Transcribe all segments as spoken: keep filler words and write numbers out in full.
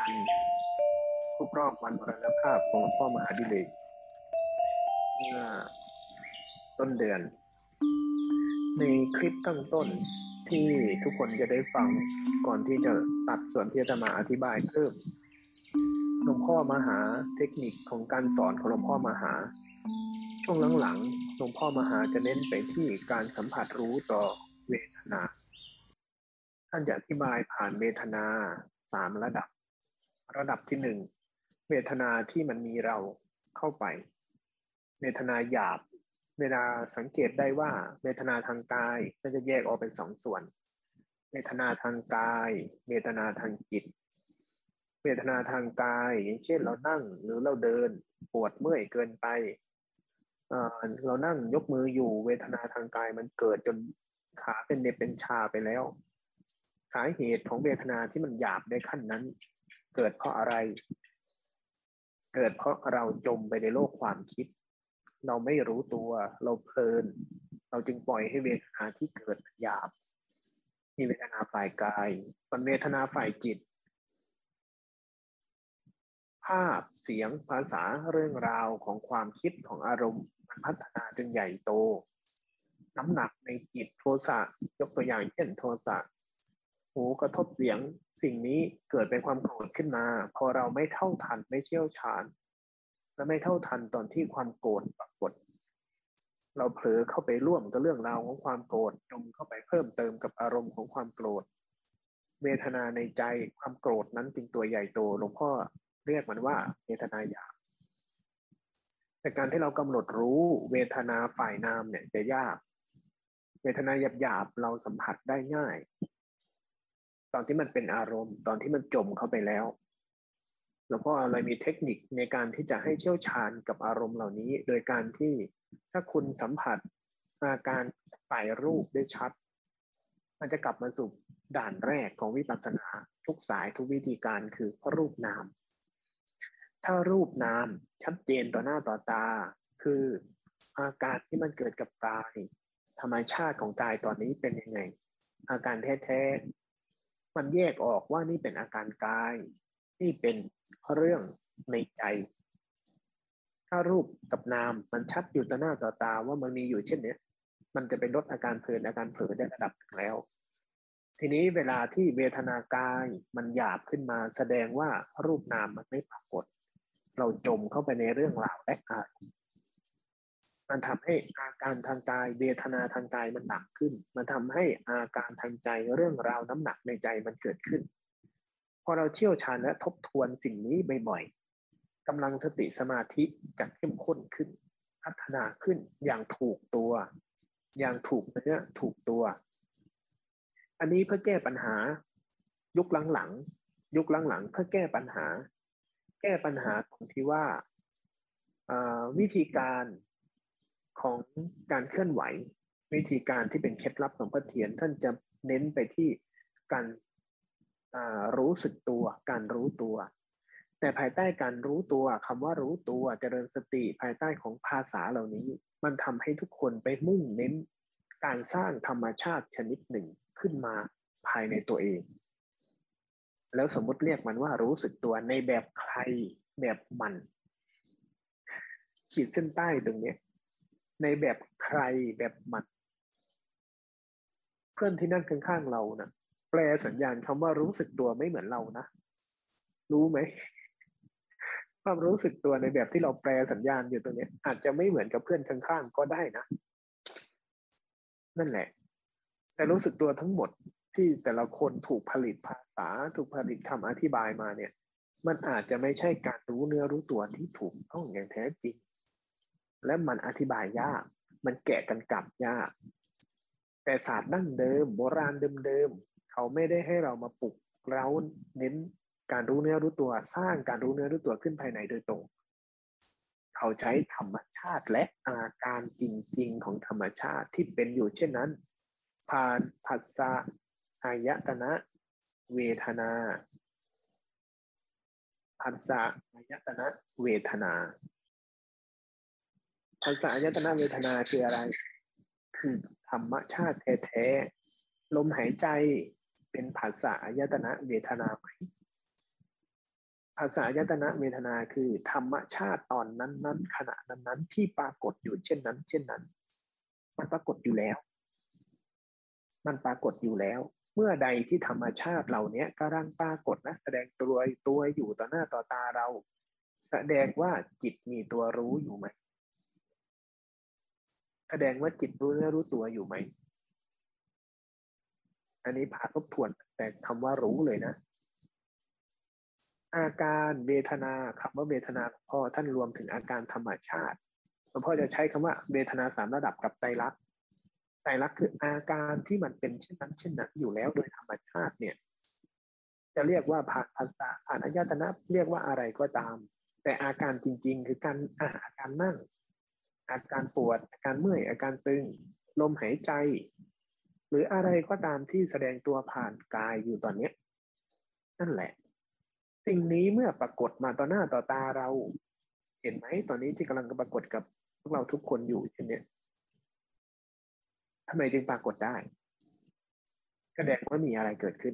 วันครบรอบวันมรณภาพของหลวงพ่อมหาดิเรกเมื่อต้นเดือนในคลิปตั้งต้นที่ทุกคนจะได้ฟังก่อนที่จะตัดส่วนที่จะมาอธิบายเพิ่มหลวงพ่อมหาเทคนิคของการสอนของหลวงพ่อมหาช่วงหลังๆหลวงพ่อมหาจะเน้นไปที่การสัมผัสรู้ต่อเวทนาท่านจะอธิบายผ่านเวทนาสามระดับระดับที่หนึ่งเวทนาที่มันมีเราเข้าไปเวทนาหยาบเวลาสังเกตได้ว่าเวทนาทางกายก็จะแยกออกเป็นสองส่วนเวทนาทางกายเวทนาทางจิตเวทนาทางกายอย่างเช่นเรานั่งหรือเราเดินปวดเมื่อยเกินไปเอ่อเรานั่งยกมืออยู่เวทนาทางกายมันเกิดจนขาเป็นเน็บเป็นชาไปแล้วสาเหตุของเวทนาที่มันหยาบในขั้นนั้นเกิดเพราะอะไรเกิดเพราะเราจมไปในโลกความคิดเราไม่รู้ตัวเราเพลินเราจึงปล่อยให้เวทนาที่เกิดหยาบมีเวทนาฝ่ายกายส่วนเวทนาฝ่ายจิตภาพเสียงภาษาเรื่องราวของความคิดของอารมณ์มันพัฒนาจนใหญ่โตน้ำหนักในจิตโทสะยกตัวอย่างเช่นโทสะหูกระทบเสียงสิ่งนี้เกิดเป็นความโกรธขึ้นมาพอเราไม่เท่าทันไม่เชี่ยวชาญและไม่เท่าทันตอนที่ความโกรธปรากฏเราเผลอเข้าไปร่วมกับเรื่องราวของความโกรธจมเข้าไปเพิ่มเติมกับอารมณ์ของความโกรธเวทนาในใจความโกรธนั้นจึงตัวใหญ่โตหลวงพ่อเรียกมันว่าเวทนาหยาบแต่การที่เรากำหนดรู้เวทนาฝ่ายนามเนี่ยจะยากเวทนาหยาบๆเราสัมผัสได้ง่ายตอนที่มันเป็นอารมณ์ตอนที่มันจมเข้าไปแล้วแล้วก็อะไรมีเทคนิคในการที่จะให้เชี่ยวชาญกับอารมณ์เหล่านี้โดยการที่ถ้าคุณสัมผัสอาการฝ่ายรูปได้ชัดมันจะกลับมาสู่ด่านแรกของวิปัสสนาทุกสายทุกวิธีการคือรูปนามถ้ารูปนามชัดเจนต่อหน้าต่อตาคืออาการที่มันเกิดกับกายธรรมชาติของกายตอนนี้เป็นยังไงอาการแท้ๆมันแยกออกว่านี่เป็นอาการกายนี่เป็นเรื่องในใจถ้ารูปกับนามมันชัดอยู่ต่อหน้าต่อตาว่ามันมีอยู่เช่นนี้มันจะเป็นลดอาการเพลินอาการเผลอได้ระดับหนึ่งแล้วทีนี้เวลาที่เวทนากายมันหยาบขึ้นมาแสดงว่ารูปนามมันไม่ปรากฏเราจมเข้าไปในเรื่องราวและอารมณ์มันทำให้อาการทางกายเวทนาทางกายมันหนักขึ้นมันทำให้อาการทางใจเรื่องราวน้ำหนักในใจมันเกิดขึ้นพอเราเชี่ยวชาญและทบทวนสิ่งนี้บ่อยๆกำลังสติสมาธิจะเข้มข้นขึ้นพัฒนาขึ้นอย่างถูกตัวอย่างถูกเนื้อถูกตัวอันนี้เพื่อแก้ปัญหายุคหลังๆยุคหลังๆเพื่อแก้ปัญหาแก้ปัญหาตรงที่ว่าวิธีการของการเคลื่อนไหววิธีการที่เป็นเคล็ดลับของพระเทียนท่านจะเน้นไปที่การรู้สึกตัวการรู้ตัวแต่ภายใต้การรู้ตัวคำว่ารู้ตัวเจริญสติภายใต้ของภาษาเหล่านี้มันทำให้ทุกคนไปมุ่งเน้นการสร้างธรรมชาติชนิดหนึ่งขึ้นมาภายในตัวเองแล้วสมมุติเรียกมันว่ารู้สึกตัวในแบบใครแบบมันขีดเส้นใต้ตรงนี้ในแบบใครแบบมันเพื่อนที่นั่งข้างๆเรานะแปลสัญญาณคำว่ารู้สึกตัวไม่เหมือนเรานะรู้ไหมความรู้สึกตัวในแบบที่เราแปลสัญญาณอยู่ตรงนี้อาจจะไม่เหมือนกับเพื่อนข้างๆก็ได้นะนั่นแหละแต่รู้สึกตัวทั้งหมดที่แต่ละคนถูกผลิตภาษาถูกผลิตคำอธิบายมาเนี่ยมันอาจจะไม่ใช่การรู้เนื้อรู้ตัวที่ถูกต้องอย่างแท้จริงและมันอธิบายยากมันแกะกันกลับยากแต่ศาสตร์ดั้งเดิมโบราณเดิมๆเขาไม่ได้ให้เรามาปลุกเร้าเน้นการรู้เนื้อรู้ตัวสร้างการรู้เนื้อรู้ตัวขึ้นภายในโดยตรงเขาใช้ธรรมชาติและอาการจริงๆของธรรมชาติที่เป็นอยู่เช่นนั้นผ่านผัสสะอายตนะเวทนาผัสสะอายตนะเวทนาผัสสะอายตนะเวทนาคืออะไรคือธรรมชาติแท้ๆลมหายใจเป็นผัสสะอายตนะเวทนาไหมภาษายตนะเวทนาคือธรรมชาติตอนนั้นๆขณะนั้นๆที่ปรากฏอยู่เช่นนั้นเช่นนั้นมันปรากฏอยู่แล้วมันปรากฏอยู่แล้วเมื่อใดที่ธรรมชาติเหล่านี้กำลังปรากฏนะแสดงตัวตัวอยู่ต่อหน้าต่อตาเราแสดงว่าจิตมีตัวรู้อยู่ไหมแสดงว่าจิตรู้เนื้อรู้ตัวอยู่ไหมอันนี้พาทบทวนแต่คำว่ารู้เลยนะอาการเวทนาคำว่าเวทนาพ่อท่านรวมถึงอาการธรรมชาติหลวงพ่อจะใช้คำว่าเวทนาสามระดับกับไตรลักษณ์ไตรลักษณ์คืออาการที่มันเป็นเช่นนั้นเช่นนั้นอยู่แล้วโดยธรรมชาติเนี่ยจะเรียกว่าผ่านภาษาผ่านอายตนะเรียกว่าอะไรก็ตามแต่อาการจริงๆคือการอาการนั่งอาการปวดอาการเมื่อยอาการตึงลมหายใจหรืออะไรก็ตามที่แสดงตัวผ่านกายอยู่ตอนนี้นั่นแหละสิ่งนี้เมื่อปรากฏมาต่อหน้าต่อตาเราเห็นไหมตอนนี้ที่กำลังปรากฏกับพวกเราทุกคนอยู่เช่นนี้ทำไมจึงปรากฏได้แสดงว่ามีอะไรเกิดขึ้น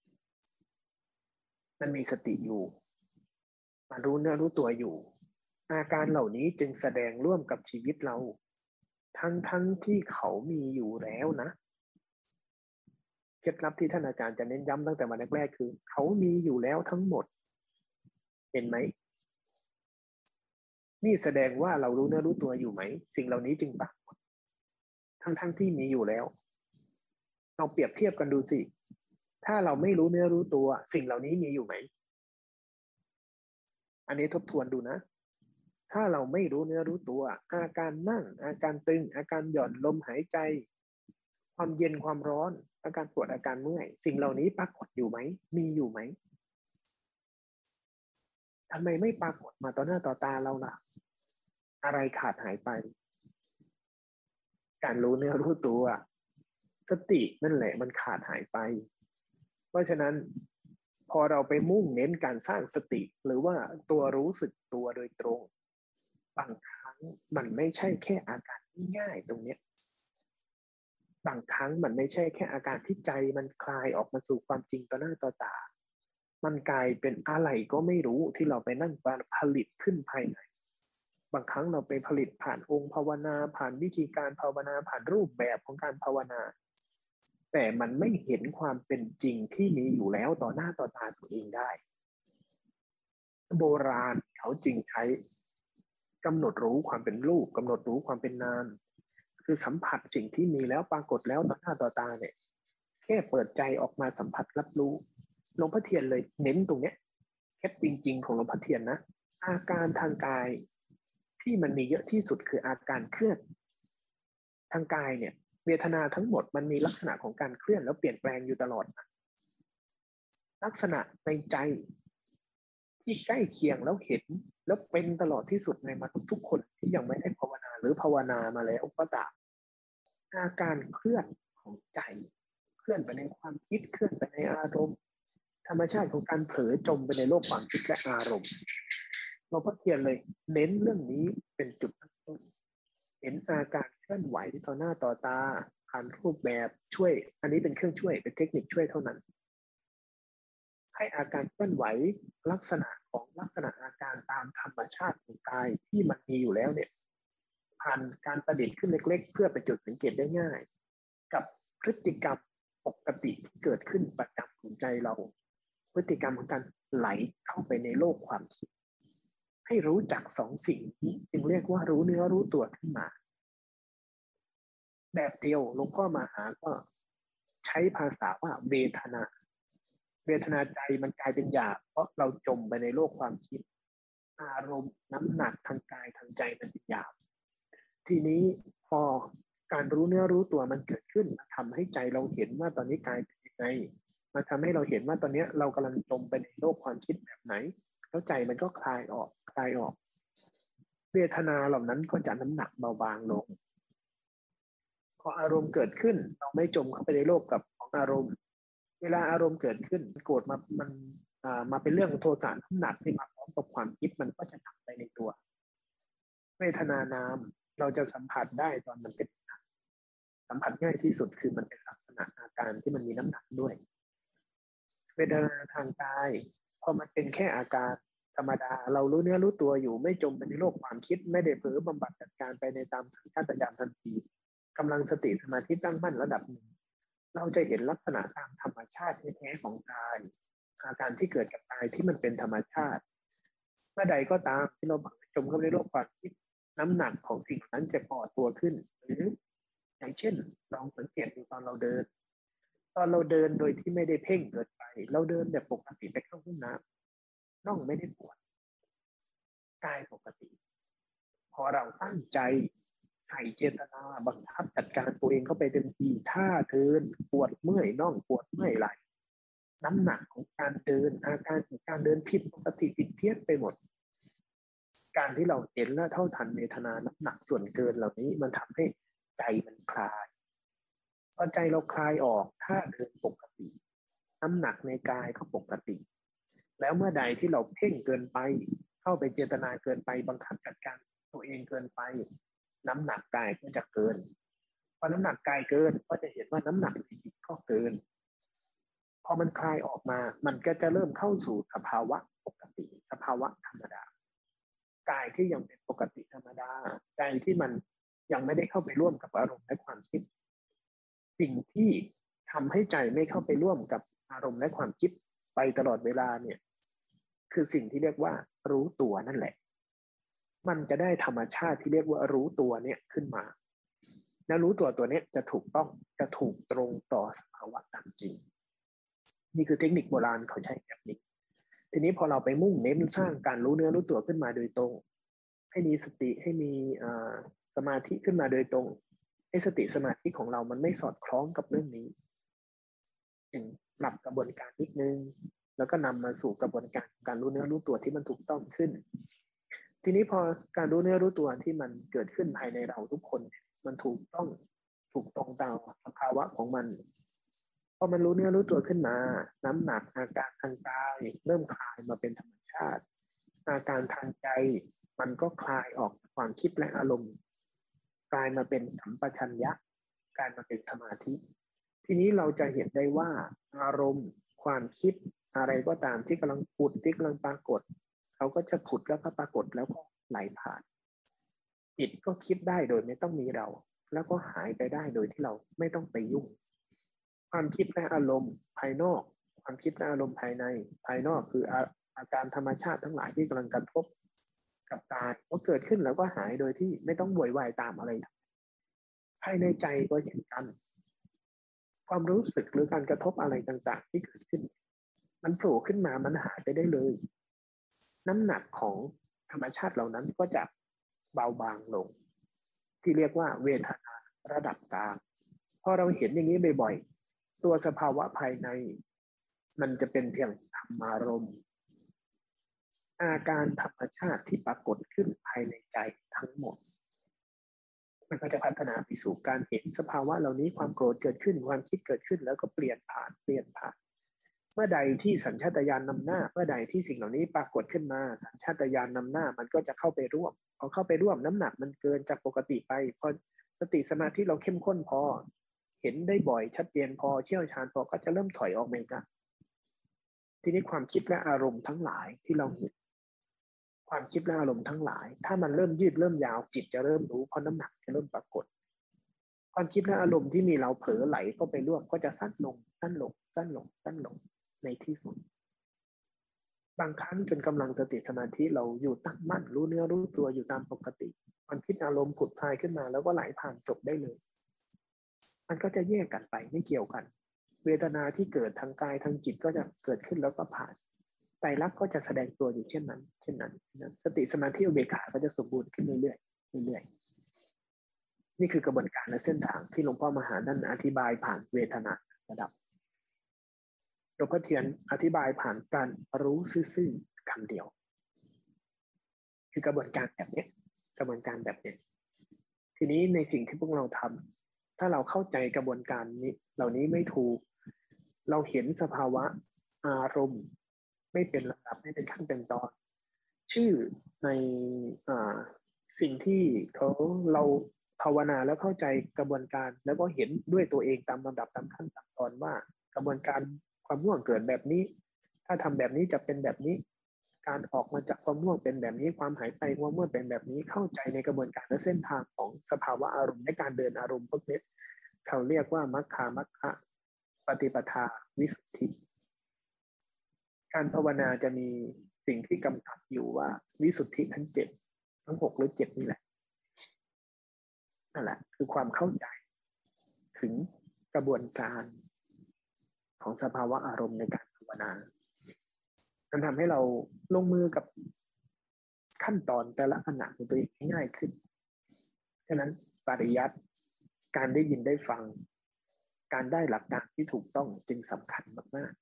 มันมีสติอยู่มันรู้เนื้อรู้ตัวอยู่อาการเหล่านี้จึงแสดงร่วมกับชีวิตเราทั้งทั้งที่เขามีอยู่แล้วนะเคล็ดลับที่ท่านอาจารย์จะเน้นย้ำตั้งแต่วันแรกๆคือเขามีอยู่แล้วทั้งหมดเห็นไหมนี่แสดงว่าเรารู้เนื้อรู้ตัวอยู่ไหมสิ่งเหล่านี้จึงปรากฏทั้งทั้งที่มีอยู่แล้วลองเปรียบเทียบกันดูสิถ้าเราไม่รู้เนื้อรู้ตัวสิ่งเหล่านี้มีอยู่ไหมอันนี้ทบทวนดูนะถ้าเราไม่รู้เนื้อรู้ตัวอาการนั่งอาการตึงอาการหย่อนลมหายใจความเย็นความร้อนอาการปวดอาการเมื่อยสิ่งเหล่านี้ปรากฏอยู่ไหมมีอยู่ไหมทำไมไม่ปรากฏมาต่อหน้าต่อตาเราล่ะอะไรขาดหายไปการรู้เนื้อรู้ตัวสตินั่นแหละมันขาดหายไปเพราะฉะนั้นพอเราไปมุ่งเน้นการสร้างสติหรือว่าตัวรู้สึกตัวโดยตรงบางครั้งมันไม่ใช่แค่อาการง่ายๆตรงนี้บางครั้งมันไม่ใช่แค่อาการที่ใจมันคลายออกมาสู่ความจริงต่อหน้าต่อตามันกลายเป็นอะไรก็ไม่รู้ที่เราไปนั่งผลิตขึ้นภายในบางครั้งเราไปผลิตผ่านองค์ภาวนาผ่านวิธีการภาวนาผ่านรูปแบบของการภาวนาแต่มันไม่เห็นความเป็นจริงที่มีอยู่แล้วต่อหน้าต่อตาตัวเองได้โบราณเขาจึงใช้กำหนดรู้ความเป็นรูปกำหนดรู้ความเป็นนามคือสัมผัสสิ่งที่มีแล้วปรากฏแล้วต่อหน้าต่อตาเนี่ยแค่เปิดใจออกมาสัมผัสรับรู้หลวงพ่อเทียนเลยเน้นตรงเนี้ยแค่จริงๆของหลวงพ่อเทียนนะอาการทางกายที่มันมีเยอะที่สุดคืออาการเคลื่อนทางกายเนี่ยเวทนาทั้งหมดมันมีลักษณะของการเคลื่อนแล้วเปลี่ยนแปลงอยู่ตลอดลักษณะในใจที่ใกล้เคียงแล้วเห็นแล้วเป็นตลอดที่สุดในมนุษย์ทุกคนที่ยังไม่ได้ภาวนาหรือภาวนามาแล้วก็ตามอาการเคลื่อนของใจเคลื่อนไปในความคิดเคลื่อนไปในอารมณ์ธรรมชาติของการเผลอจมไปในโลกความคิดและอารมณ์เราก็เทียนเลยเน้นเรื่องนี้เป็นจุดตั้งต้นเห็นอาการเคลื่อนไหวต่อหน้าต่อตาผ่านรูปแบบช่วยอันนี้เป็นเครื่องช่วยเป็นเทคนิคช่วยเท่านั้นให้อาการเคลื่อนไหวลักษณะของลักษณะอาการตามธรรมชาติของกายที่มันมีอยู่แล้วเนี่ยผ่านการประดิษฐ์ขึ้นเล็กๆเพื่อเป็นจุดสังเกตได้ง่ายกับพฤติกรรมปกติที่เกิดขึ้นประจำของใจเราพฤติกรรมของการไหลเข้าไปในโลกความคิดให้รู้จักสองสิ่งนี้จึงเรียกว่ารู้เนื้อรู้ตัวขึ้นมาแบบเดียวหลวงพ่อมาหาก็ใช้ภาษาว่าเวทนาเวทนาใจมันกลายเป็นหยาบเพราะเราจมไปในโลกความคิดอารมณ์น้ำหนักทางกายทางใจมันเป็นหยาบทีนี้พอการรู้เนื้อรู้ตัวมันเกิดขึ้นมันทำให้ใจเราเห็นว่าตอนนี้กายเป็นยังไงมันทำให้เราเห็นว่าตอนนี้เรากำลังจมไปในโลกความคิดแบบไหนแล้วใจมันก็คลายออกคลายออกเวทนาเหล่านั้นก็จะน้ำหนักเบาบางลงพออารมณ์เกิดขึ้นเราไม่จมเข้าไปในโลกกับของอารมณ์เวลาอารมณ์เกิดขึ้นโกรธมามันมาเป็นเรื่องโทสะน้ำหนักที่มาพร้อมกับความคิดมันก็จะหนักไปในตัวเวทนานามเราจะสัมผัสได้ตอนมันเป็นสัมผัสง่ายที่สุดคือมันเป็นลักษณะอาการที่มันมีน้ำหนักด้วยเวทนาทางกายพอมันเป็นแค่อาการธรรมดาเรารู้เนื้อรู้ตัวอยู่ไม่จมไปในโลกความคิดไม่ได้เผลอบำบัดจัดการไปในตามสัญชาตญาณทันทีกำลังสติสมาธิตั้งมั่นระดับหนึ่งเราจะเห็นลักษณะตามธรรมชาติแท้ๆของกายอาการที่เกิดกับกายที่มันเป็นธรรมชาติเมื่อใดก็ตามที่เราจมเข้าไปในโลกความคิดน้ำหนักของสิ่งนั้นจะก่อตัวขึ้นหรืออย่างเช่นลองสังเกตดูตอนเราเดินตอนเราเดินโดยที่ไม่ได้เพ่งเกิดไปเราเดินแบบปกติไปเข้าห้องน้ำน่องไม่ได้ปวดกายปกติพอเราตั้งใจใส่เจตนาบังคับจัดการตัวเองเข้าไปเต็มที่ถ้าเดินปวดเมื่อยน่องปวดเมื่อยไหล่น้ำหนักของการเดินอาการของการเดินผิดปกติผิดเพี้ยนไปหมดการที่เราเห็นและเท่าทันเวทนาน้ำหนักส่วนเกินเหล่านี้มันทำให้ใจมันคลายพอใจเราคลายออกถ้าเดินปกติน้ำหนักในกายก็ปกติแล้วเมื่อใดที่เราเพ่งเกินไปเข้าไปเจตนาเกินไปบังคับจัดการตัวเองเกินไปน้ำหนักกายก็จะเกินพอน้ำหนักกายเกินก็จะเห็นว่าน้ำหนักในจิตก็เกินพอมันคลายออกมามันก็จะเริ่มเข้าสู่สภาวะปกติสภาวะธรรมดากายที่ยังเป็นปกติธรรมดาใจที่มันยังไม่ได้เข้าไปร่วมกับอารมณ์และความคิดสิ่งที่ทำให้ใจไม่เข้าไปร่วมกับอารมณ์และความคิดไปตลอดเวลาเนี่ยคือสิ่งที่เรียกว่ารู้ตัวนั่นแหละมันจะได้ธรรมชาติที่เรียกว่ารู้ตัวเนี่ยขึ้นมาและรู้ตัวตัวนี้จะถูกต้องจะถูกตรงต่อสภาวะตามจริงนี่คือเทคนิคโบราณเขาใช้แบบนี้ทีนี้พอเราไปมุ่งเน้นสร้างการรู้เนื้อรู้ตัวขึ้นมาโดยตรงให้มีสติให้มีสมาธิขึ้นมาโดยตรงให้สติสมาธิของเรามันไม่สอดคล้องกับเรื่องนี้จึงปรับกระบวนการนิดนึงแล้วก็นำมาสู่กระบวนการการรู้เนื้อรู้ตัวที่มันถูกต้องขึ้นทีนี้พอการรู้เนื้อรู้ตัวที่มันเกิดขึ้นภายในเราทุกคนมันถูกต้องถูกตรงตามสภาวะของมันพอมันรู้เนื้อรู้ตัวขึ้นมาน้ำหนักอาการทางกายเริ่มคลายมาเป็นธรรมชาติอาการทางใจมันก็คลายออกความคิดและอารมณ์กลายมาเป็นสัมปชัญญะกลายมาเป็นสมาธิทีนี้เราจะเห็นได้ว่าอารมณ์ความคิดอะไรก็ตามที่กำลังผุดที่กำลังปรากฏเขาก็จะผุดแล้วก็ปรากฏแล้วก็ไหลผ่านจิตก็คิดได้โดยไม่ต้องมีเราแล้วก็หายไปได้โดยที่เราไม่ต้องไปยุ่งความคิดและอารมณ์ภายนอกความคิดและอารมณ์ภายในภายนอกคืออาการธรรมชาติทั้งหลายที่กำลังกระทบกับกายก็เกิดขึ้นแล้วก็หายโดยที่ไม่ต้องโวยวายตามอะไรภายในใจก็เช่นกันความรู้สึกหรือการกระทบอะไรต่างๆที่เกิดขึ้นมันโผล่ขึ้นมามันหายไปได้เลยน้ำหนักของธรรมชาติเหล่านั้นก็จะเบาบางลงที่เรียกว่าเวทนาระดับกลางพอเราเห็นอย่างนี้บ่อยๆตัวสภาวะภายในมันจะเป็นเพียงธรรมารมณ์อาการธรรมชาติที่ปรากฏขึ้นภายในใจทั้งหมดมันก็จะพัฒนาไปสู่การเห็นสภาวะเหล่านี้ความโกรธเกิดขึ้นความคิดเกิดขึ้นแล้วก็เปลี่ยนผ่านเปลี่ยนผ่านเมื่อใดที่สัญชาตญาณนำหน้าเมื่อใดที่สิ่งเหล่านี้ปรากฏขึ้นมาสัญชาตญาณนำหน้ามันก็จะเข้าไปร่วมพอเข้าไปร่วมน้ำหนักมันเกินจากปกติไปพอสติสมาธิเราเข้มข้นพอเห็นได้บ่อยชัดเจนพอเชี่ยวชาญพอก็จะเริ่มถอยออกมาอีกทีนี้ความคิดและอารมณ์ทั้งหลายที่เราเห็นความคิดและอารมณ์ทั้งหลายถ้ามันเริ่มยืดเริ่มยาวจิตจะเริ่มรู้เพราะน้ำหนักจะเริ่มปรากฏความคิดและอารมณ์ที่มีเราเผลอไหลเข้าไปร่วมก็จะสั้นลงสั้นลงสั้นลงสั้นลงในที่สุดบางครั้งจนกำลังสติสมาธิเราอยู่ตั้งมั่นรู้เนื้อรู้ตัวอยู่ตามปกติความคิดอารมณ์ผุดพายขึ้นมาแล้วก็ไหลผ่านจบได้เลยมันก็จะแยกกันไปไม่เกี่ยวกันเวทนาที่เกิดทางกายทางจิตก็จะเกิดขึ้นแล้วก็ผ่านไตรลักษณ์ก็จะแสดงตัวอยู่เช่นนั้นเช่นนั้นสติสมาธิอุเบกขาก็จะสมบูรณ์ขึ้นเรื่อยๆเรื่อยๆนี่คือกระบวนการและเส้นทางที่หลวงพ่อมหาท่านอธิบายผ่านเวทนาระดับหลวงพ่อเทียนอธิบายผ่านการรู้ซื่อๆคำเดียวคือกระบวนการแบบนี้กระบวนการแบบนี้ทีนี้ในสิ่งที่พวกเราทำถ้าเราเข้าใจกระบวนการนี้เหล่านี้ไม่ถูกเราเห็นสภาวะอารมณ์ไม่เป็นระดับไม่เป็นขั้นเป็นตอนชื่อในสิ่งที่เขาเราภาวนาแล้วเข้าใจกระบวนการแล้วก็เห็นด้วยตัวเองตามลำดับตามขั้นตามตอนว่ากระบวนการความง่วงเกิดแบบนี้ถ้าทำแบบนี้จะเป็นแบบนี้การออกมาจากความง่วงเป็นแบบนี้ความหายไปความง่วงเป็นแบบนี้เข้าใจในกระบวนการและเส้นทางของสภาวะอารมณ์ในการเดินอารมณ์พวกนี้เขาเรียกว่ามัคคามัคคะปฏิปทาวิสุทธิการภาวนาจะมีสิ่งที่กำกับอยู่ว่าวิสุทธิทั้งเจ็ดทั้งหกหรือเจ็ดนี่แหละนั่นแหละคือความเข้าใจถึงกระบวนการของสภาวะอารมณ์ในการภาวนามันทำให้เราลงมือกับขั้นตอนแต่ละขณะของตัวเองง่ายขึ้นฉะนั้นปริยัติการได้ยินได้ฟังการได้หลักการที่ถูกต้องจึงสำคัญมาก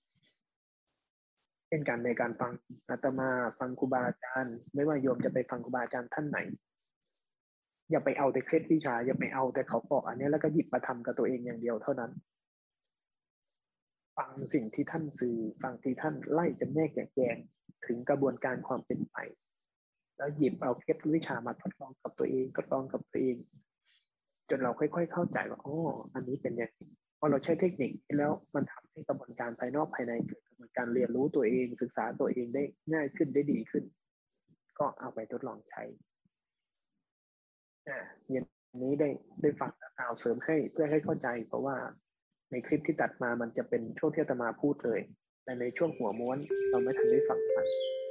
ๆเช่นกันในการฟังอาตมาฟังครูบาอาจารย์ไม่ว่าโยมจะไปฟังครูบาอาจารย์ท่านไหนอย่าไปเอาแต่เคล็ดวิชาอย่าไปเอาแต่เขาบอกอันนี้แล้วก็หยิบมาทำกับตัวเองอย่างเดียวเท่านั้นฟังสิ่งที่ท่านสื่อฟังที่ท่านไล่จำแนกแยกแยงถึงกระบวนการความเป็นไปแล้วหยิบเอาเคล็ดวิชามาทดลองกับตัวเองทดลองกับตัวเองจนเราค่อยๆเข้าใจว่าอ๋ออันนี้เป็นอย่างนี้พอเราใช้เทคนิคแล้วมันทำให้กระบวนการภายนอกภายในเกิดกระบวนการเรียนรู้ตัวเองศึกษาตัวเองได้ง่ายขึ้นได้ดีขึ้นก็เอาไปทดลองใช้อ่าเย็นนี้ได้ได้ฟังกล่าวเสริมให้เพื่อให้เข้าใจเพราะว่าในคลิปที่ตัดมามันจะเป็นช่วงที่อาตมาพูดเลยแต่ในช่วงหัวม้วนเราไม่ทันได้ฟังมัน